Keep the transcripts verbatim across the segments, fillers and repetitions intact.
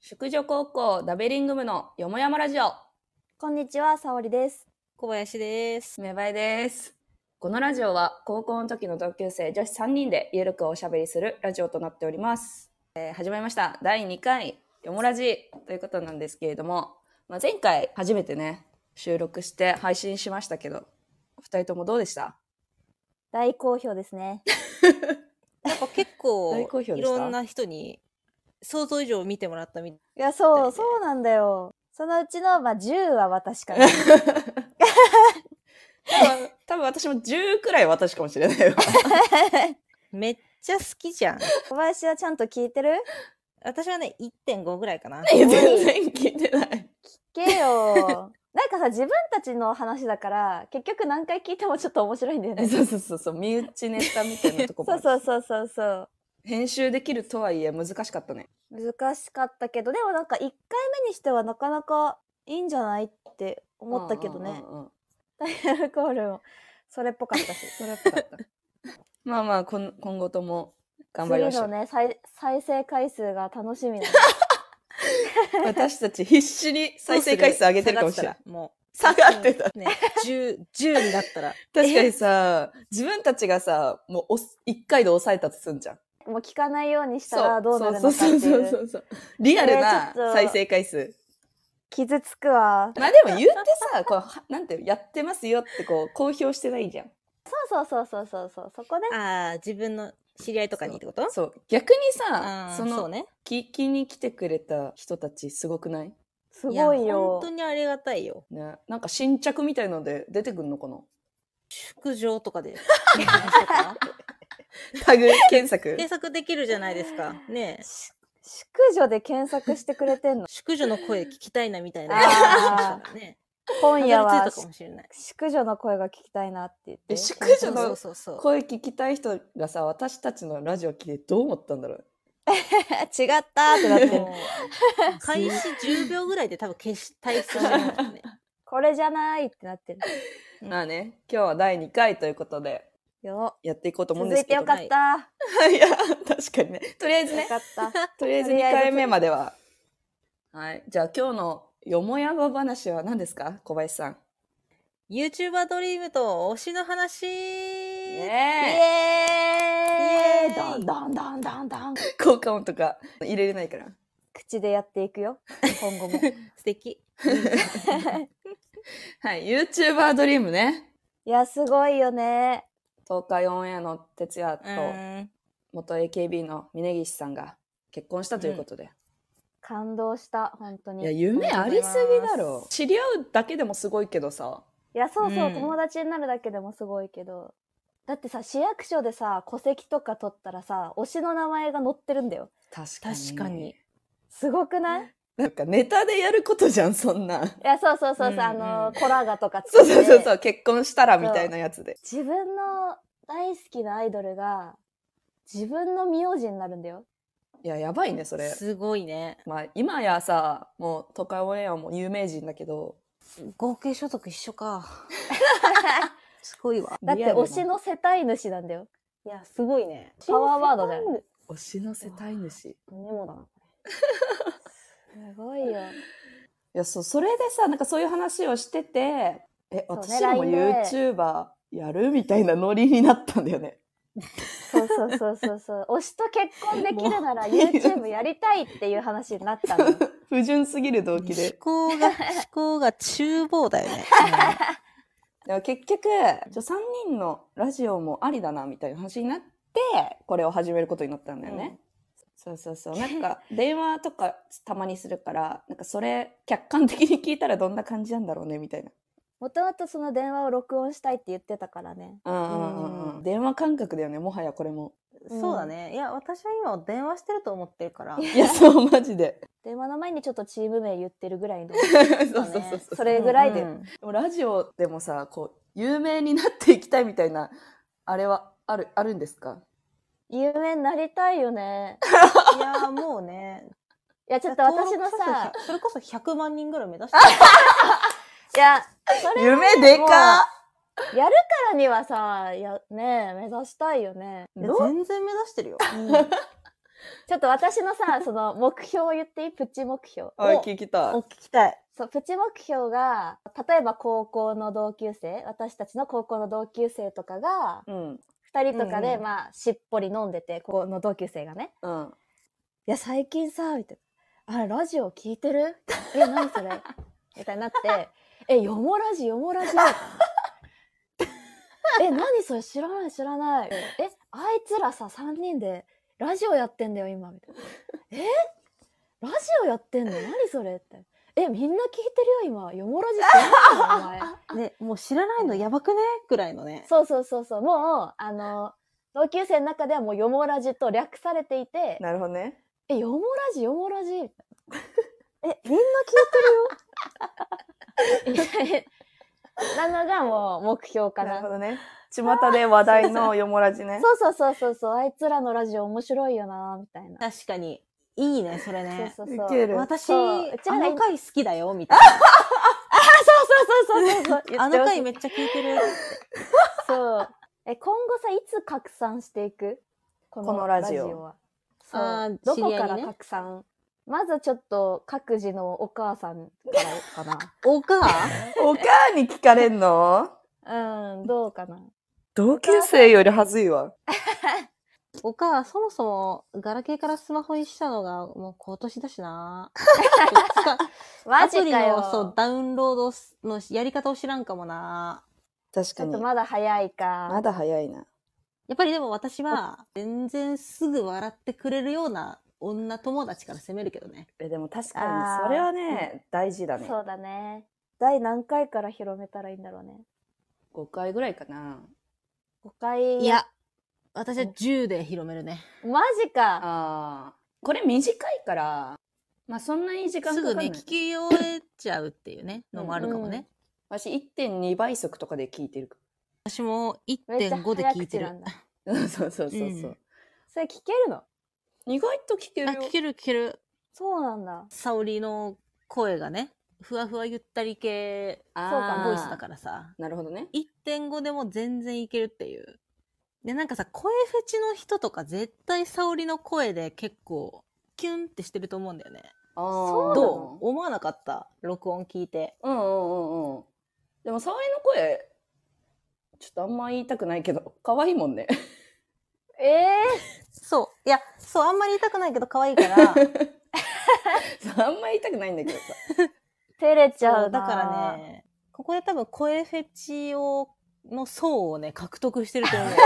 宿女高校ダベリング部のよもやまラジオ。 こんにちは、さおりです。 小林です。 めばいです。このラジオは高校の時の同級生女子さんにんでゆるくおしゃべりするラジオとなっております。えー、始まりましただいにかいよもラジということなんですけれども、まあ、前回初めてね収録して配信しましたけど、お二人ともどうでした？ 大好評ですね。 なんか結構大好評でいしたろんな人に想像以上見てもらったみたい。 いや、そう、そうなんだよ。そのうちの、まあ、じゅうは私かな。 多分、多分私もじゅうくらい私かもしれないわ。 めっちゃ好きじゃん。 小林はちゃんと聞いてる？ 私はね いってんご ぐらいかな。 いや全然聞いてない。 聞けよ。なんかさ、自分たちの話だから結局何回聞いてもちょっと面白いんだよね。 そうそうそうそう、身内ネタみたいなとこもある。 そうそうそうそうそう。 編集できるとはいえ難しかったね。 難しかったけど、でもなんかいっかいめにしてはなかなかいいんじゃないって思ったけどね。 うんうんうんうん、 ダイアルコールもそれっぽかったし。 それっぽかった。まあまあこん今後とも頑張りましょう。 次のね、再再生回数が楽しみだね。 私たち必死に再生回数上げてるかもしれない。 もう下がってた。 ね、じゅう、じゅうになったら。 確かにさ、自分たちがさ、もういっかいで抑えたとすんじゃん。 もう聞かないようにしたらどうなるのかってそうそういう。 そうそう。リアルな再生回数。 傷つくわ。 まあでも言ってさ、こうなんてやってますよってこう公表してないじゃん。 そうそうそうそうそうそこね。 ああ、自分の知り合いとかにってこと？ そう。そう逆にさ、そのそうね、 聞きに来てくれた人たちすごくない？ すごいいやよ。 本当にありがたいよ。 ね、なんか新着みたいので出てくるのかな？ 宿女とかでタグ検索検索できるじゃないですかね。 宿女で検索してくれてんの？ 宿女の声聞きたいなみたいなあーね、 今夜はかもしれない。 宿女の声が聞きたいなって言って。 宿女の声聞きたい人がさ、私たちのラジオ聞いてどう思ったんだろう？ 違ったってなってる。 開始じゅうびょうぐらいで多分消したいそうな、ね、 これじゃないってなってる。 まあね、今日はだいにかいということでよやっていこうと思うんですけど。 続いてよかった。 いや、確かにね。とりあえずね。 よかった。 とりあえずにかいめまでは。はい。じゃあ今日のよもやま話は何ですか？小林さん。 YouTuber ドリームと推しの話。イエーイ。 イエーイ。 どんどんどんどんどん。 効果音とか入れれないから。 口でやっていくよ。今後も。 素敵。 はい。YouTuber ドリームね。 いや、すごいよね。 東海オンエアの哲也と元 エーケービー の峯岸さんが結婚したということで。うん、 感動した、本当に。 いや、夢ありすぎだろ。知り合うだけでもすごいけどさ。 いや、そうそう、うん、友達になるだけでもすごいけど。だってさ、市役所でさ、戸籍とか取ったらさ、推しの名前が載ってるんだよ。 確かに。 確かに。 すごくない？ なんかネタでやることじゃん、そんな。いや、そうそうそうそう、うんうん、あの、コラガとか作って。そうそうそうそう、結婚したらみたいなやつで。 自分の大好きなアイドルが、自分の名字になるんだよ。 いや、やばいね、それ。 すごいね。 まあ、今やさ、もう、東海オンエアも有名人だけど。 合計所得一緒か。すごいわ。 だって、推しの世帯主なんだよ。 いや、すごいね。 パワーワードじゃない。 推しの世帯主。 メモだな。すごいよ。いや、そう、それでさ、なんかそういう話をしてて、え、私らも YouTuber やるみたいなノリになったんだよね。 そうそうそうそうそう。推しと結婚できるなら YouTube やりたいっていう話になったの。 不純すぎる動機で。 思考が、思考が厨房だよね。 でも結局、さんにんのラジオもありだなみたいな話になって、これを始めることになったんだよね。うん、そうそうそう。なんか電話とかたまにするから、なんかそれ客観的に聞いたらどんな感じなんだろうねみたいな。 もともとその電話を録音したいって言ってたからね。 うんうんうんうん。電話感覚だよね、もはやこれも。 そうだね。いや、私は今電話してると思ってるから。 いや、そう、マジで。 電話の前にちょっとチーム名言ってるぐらいの。 そうそうそうそう。 それぐらいで。 うんうん、でもラジオでもさ、こう、有名になっていきたいみたいな、あれはある、あるんですか？ 有名になりたいよね。 いや、もうね。 いや、ちょっと私のさ、 それこそひゃくまんにんぐらい目指してる。 いや、それ夢でかやるからにはさ、や、ねえ、目指したいよね。 いや全然目指してるよ。うん、 ちょっと私のさ、その目標を言っていい？プチ目標。 はい、 お聞きたお、聞きたい。 そう、プチ目標が、例えば高校の同級生、私たちの高校の同級生とかが、 い。うん。 二人とかで、 うんうんまあ、しっぽり飲んでて、高校の同級生がね。 うん。 いや、最近さ、みたいな。あれ、ラジオ聞いてる？え、何それみたいになって、え、よもラジ、よもラジみたいな。え、何それ知らない知らない。え、あいつらさ、三人でラジオやってんだよ、今。みたいな。えラジオやってんの？何それって。え、みんな聞いてるよ、今。よもラジ知らないのお前。 ね、もう知らないのやばくねくらいのね。 そうそうそうそう。もう、あの、同級生の中ではもうよもラジと略されていて、 なるほどね。 え、よもラジ、よもラジみたいな。え、みんな聞いてるよみたいなのがもう目標かな。 なるほどね。巷で話題のよもラジね。 そうそうそうそうそう。あいつらのラジオ面白いよな、みたいな。 確かに。いいね、それね。 そうそうそう。 ウケる私、 そううちあらがの回好きだよ、みたいな。 そうそうそうそうそう。 あの回めっっちゃ聞いてるって。 そう。え、今後さ、いつ拡散していくここのラジオは。そう。 あーどこから知り合いにね拡散、まずちょっと各自のお母さんからかおかお母に聞かれんの？ な。うん、どうかな。 同級生よりはずいわ。 おかそもそも、ガラケーからスマホにしたのがもう今年だしな。 マアプリジかよ。 のそうダウンロードのやり方を知らんかもな。 確かに。 ちょっとまだ早いか。 まだ早いな。 やっぱりでも私は、全然すぐ笑ってくれるような女友達から責めるけどね。 え、でも確かあーに、それはね、大事だね。 そうだね。第何回から広めたらいいんだろうね。 ごかいぐらいかな。 ごかい。 いや、私はじゅうで広めるね。 マジか。 ああ。これ短いから、まあそんなに時間かかんない。 すぐね、聞き終えちゃうっていうね、のもあるかもね。 私 いってんに 倍速とかで聞いてる。 私もめっちゃいってんごで早聞いてる。 口なんだ。 そうそうそうそう。 うんそれ聞けるの？ 意外と聞けあ、 るよ。 聞ける聞ける。 そうなんだ。 沙織の声がね、ふわふわゆったり系あーそうかボイスだからさ、 なるほどね。 いってんごでも全然いけるっていう。で、なんかさ、声フェチの人とか絶対沙織の声で結構キュンってしてると思うんだよね。 あそうなのどう思わなかった？録音聞いて。 うんうんうんうん。でも沙織の声、ちょっとあんま言いたくないけど、可愛いもんね。 ええそう。いや、そう、あんまり言いたくないけど可愛いから。 そうあんま言いたくないんだけどさ。 ー、照れちゃそううな。 だから。ね、ここで多分声フェチを、の層をね、獲得してると思う。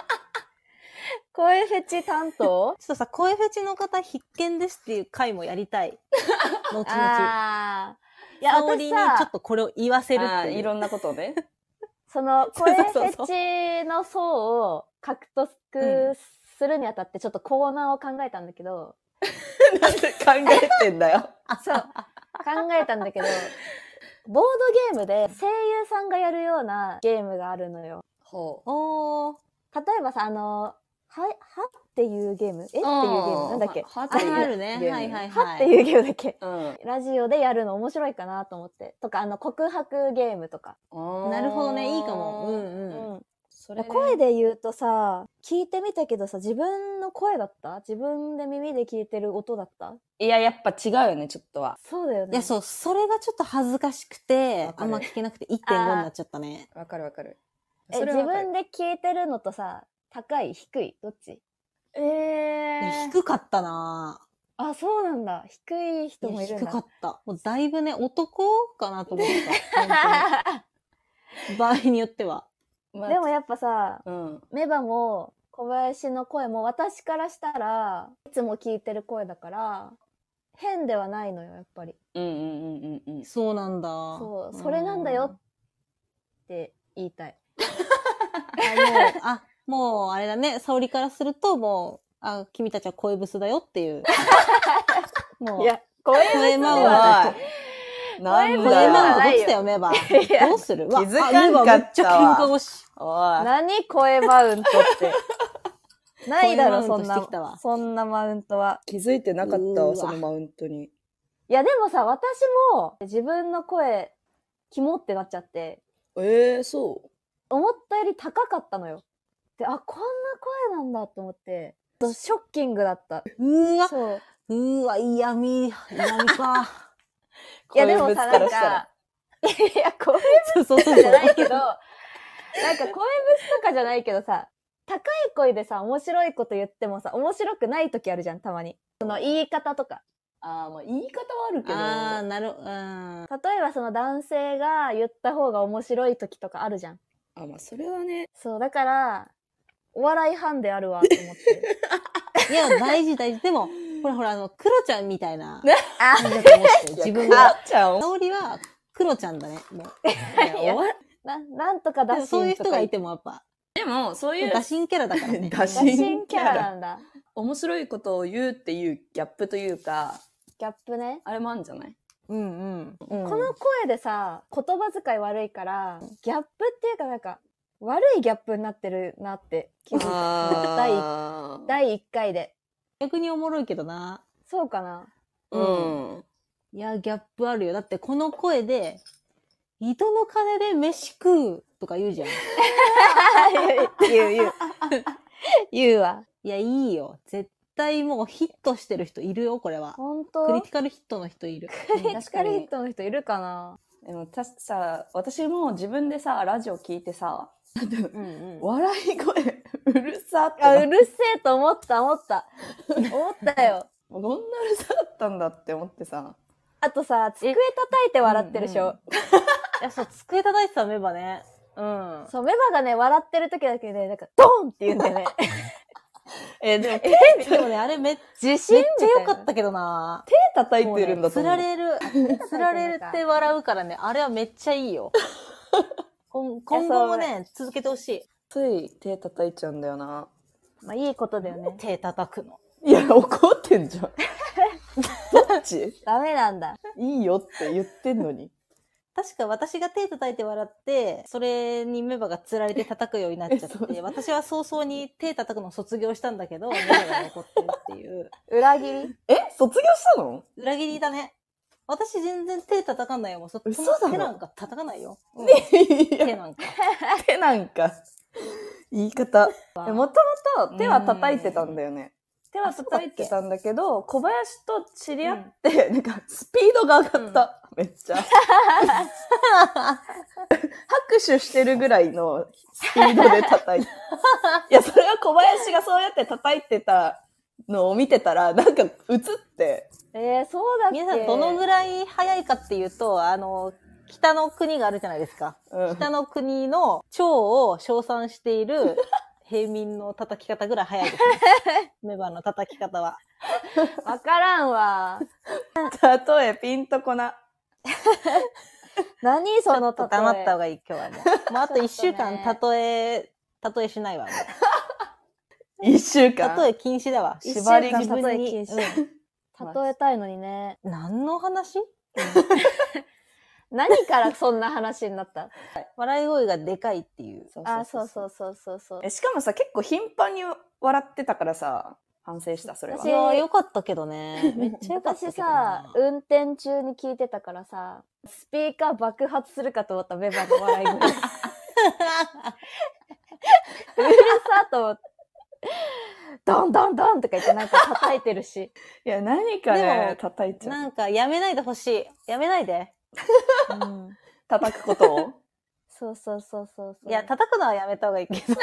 声フェチ担当？ ちょっとさ、声フェチの方必見ですっていう回もやりたい。後々。 ああ。いや、 沙織にちょ私さっ、とこれを言わせるあっていう。 ーいろんなことをね。 そのそう声そうそうフェチの層を獲得するにあたってちょっとコーナーを考えたんだけど、 なんで考えてんだよ。 そう、考えたんだけど、ボードゲームで声優さんがやるようなゲームがあるのよ。 ほおー。 例えばさ、あの、は、はっていうゲームえっていうゲームなんだっけはああるね。はいはいはい。 はっていうゲームだっけうん。 ラジオでやるの面白いかなと思って。とか、あの、告白ゲームとか。 なるほどね、いいかも。うんううん。 ん。 それね声で言うとさ、聞いてみたけどさ、自分の声だった？自分で耳で聞いてる音だった？ いや、やっぱ違うよね、ちょっとは。 そうだよね。 いや、そう、それがちょっと恥ずかしくてわ、かるあんま聞けなくていってんごになっちゃったね。 わかるわかる。 え、 それはわかる自分で聞いてるのとさ、高い低いどっち？えいえや低かったなぁ。 あ、そうなんだ。低い人もいるんだ。 低かった。もうだいぶね、男かなと思ってた。本当に場合によっては。 まあでもやっぱさ、 うん。 メバも小林の声も私からしたらいつも聞いてる声だから変ではないのよ、やっぱり。 うんうんうんうんうん。 そうなんだ。 そう、それなんだよって言いたい。 あ、もう、あれだね、沙織からすると、もう、あ、君たちは声ブスだよっていう。もう、 いや、声声マウント。 おい。なん声だよ。 マウントどっちだよ、メバ。 やどうする気づかんかったわあメバめっちゃ喧嘩腰。 おい。 何声マウントって。ないだろ、そん声マウントしてきたわな、そんなマウントは。 気づいてなかったわ、 うーわそのマウントに。 いや、でもさ、私も自分の声、キモってなっちゃって、 ええー、そう。 思ったより高かったのよ。で、あ、こんな声なんだと思って。 とショッキングだった。 うーわ、 そう。 うーわ、嫌味、嫌味か。 いやでもさ、なん声物からしたらか、いや、声そうそうそう物じゃないけど、なんか声物とかじゃないけどさ、高い声でさ、面白いこと言ってもさ、面白くない時あるじゃん、たまに。その言い方とか。 ああ、まあ言い方はあるけど。 あー、なる、うん。 例えばその男性が言った方が面白い時とかあるじゃん。 あ、まあそれはね。 そう、だから、お笑いファンであるわ、と思って。 いや、大事大事。でも、ほらほら、あの、クロちゃんみたいなあ感じだと思って、自分が。 ちゃん。 香りは、クロちゃんだね、もう。 いや、おわな、なんとかで打もそういう人が診とかいてもやっぱ、 でも、そういう打診キャラだからね。 打打診診キャラなんだ。 面白いことを言うっていうギャップというか、 ギャップね。 あれもあるんじゃない、 うんうん。 うん、 この声でさ、言葉遣い悪いから、ギャップっていうかなんか、悪いギャップになってるなって気づいた。第あー第いっかいで。 逆におもろいけどな。 そうかな。 うん。 いや、ギャップあるよ。だってこの声で、人の金で飯食うとか言うじゃん。 言う言う。言うわ。 いや、いいよ。絶対もうヒットしてる人いるよ、これは。 ほんとクリティカルヒットの人いる。うん確かにヒットの人いるかな。 でもたさ、私も自分でさ、ラジオ聞いてさ、 うんうん。 笑い声うるさってあ、 なうるせえと思った思った。思ったよ。 もうこんなうるさかったんだって思ってさ。 あとさ、机叩いて笑ってるでしょ。 うんうんいや、そう、机叩いてたメバね。うん。 そう、メバがね、笑ってる時だけで、なんか、ドンって言うんだよね。 え、でも手、 でもね、あれめっ自信めっちゃ良かみったけどな。 手叩いてるんだとつ思う。 られる、つられて笑うからね、あれはめっちゃいいよ。今今後もね、続けてほしい。 つい手叩いちゃうんだよな。 まあ、いいことだよね。 手叩くの。 いや、怒ってんじゃん。どっちダメなんだ。 いいよって言ってんのに。 確か私が手叩いて笑って、それにメバがつられて叩くようになっちゃっそうて、私は早々に手叩くのを卒業したんだけど、メバが残ってるっていう。 裏切りえ、卒業したの？ 裏切りだね。私全然手叩かないよ。もうそっち嘘だろ手なんか叩かないよ。うんいや、 手なんか。 手なんか。言い方。もともと手は叩いてたんだよね。手は叩いてたんだけど、小林と知り合って、なんかスピードが上がった。めっちゃ。拍手してるぐらいのスピードで叩いて。いや、それは小林がそうやって叩いてたのを見てたら、なんか映って。 えー、そうだっけ？ 皆さんどのぐらい早いかっていうと、あの、北の国があるじゃないですか。 うん、 北の国の蝶を称賛している平民の叩き方ぐらい早いですね。メバの叩き方は。 わからんわ。 例えピンとこな。 何その例え。 黙った方がいい、今日はもう。もうあと一週間、 ちょっと例え、例えしないわ。も一週間。 う例え禁止だわ。 一縛り週間自分に例え禁止。例えたいのにね。 うん何の話何からそんな話になった？ 笑い声がでかいっていう。 あ、そうそうそうそうそう。 え、しかもさ、結構頻繁に笑ってたからさ、反省した、それは。 私いや、よかったけどね。めっちゃよかったけ私どな。 さ、運転中に聞いてたからさ、スピーカー爆発するかと思った、メバの笑い声。うるさと思って。ドンドンドンとか言ってなんか叩いてるし。 いや、何かでねも、 叩いちゃう。 なんか、やめないでほしい。やめないで。うん。 叩くことを。 そうそうそうそうそう。 いや、叩くのはやめた方がいいけど。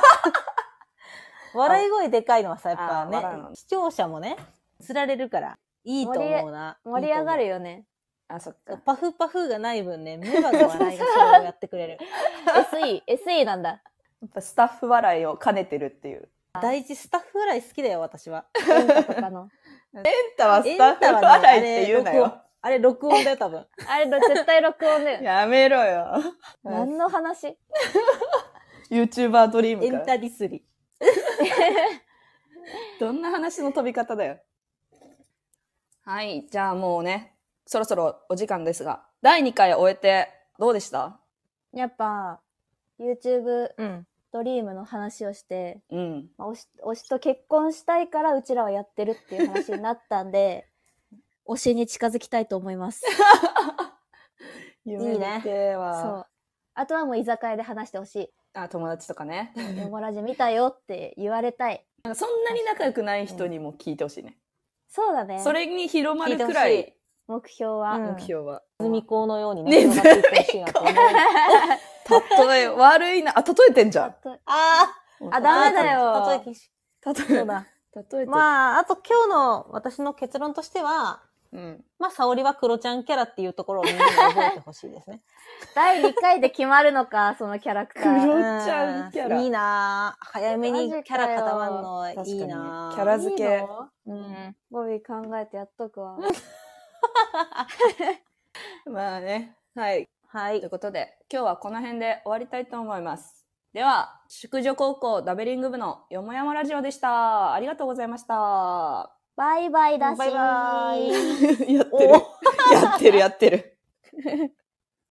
笑い声でかいのはさ、やっぱあ笑うのね、視聴者もね、つられるから、いいと思うな。 盛り上がるよ。 よね。 あ、そっか。 パフパフがない分ね、メバの笑いがそれをやってくれる。 エスイー、エスイー なんだ。 やっぱスタッフ笑いを兼ねてるっていう。 大事、スタッフ笑い好きだよ、私は。 エンタとかの。 エンタはスタッフ笑いって言うなよ。 あれ、録音だよ、多分。 あれ、絶対録音だよ。 やめろよ。 何の話？ YouTuber ドリームエンから。 タディスリ。 どんな話の飛び方だよ。はい。じゃあもうね、そろそろお時間ですが、だいにかい終えてどうでした？ やっぱ、YouTube うん。 ドリームの話をして、 うん。 まあ、推し、推しと結婚したいからうちらはやってるっていう話になったんで、推しに近づきたいと思います。 夢見ては。 そう。あとはもう居酒屋で話してほしあ、友達とかね。 い。ヨモラジ見たよって言われたい。 なんかそんなに仲良くない人にも聞いてほしいね。 そうだね。 それに広まるくらい、 目標は。 うん目標は。 泉子のようにねね、広がっていってほしいなと思う。 例え、悪いな。あ、例えてんじゃん。 ああ、ダメだあ、 よ。 例え禁止。 例え、 そうだ。 例えて。 まあ、あと今日の私の結論としては、 うん。 まあ、沙織はクロちゃんキャラっていうところをみんなに覚えてほしいですね。 だいにかいで決まるのか、そのキャラクタクロー。 ちゃんキャラいいなぁ。早めにキャラ固まるのはいい確かになぁ。 キャラ付けいいのうん。 ボビー考えてやっとくわ。 まあね。はい。 はいという。ことで、今日はこの辺で終わりたいと思います。では、宿女高校ダベリング部のよもやまラジオでした。ありがとうございました。 バイバイだしー。 バイバイやってる。やってる、やってる。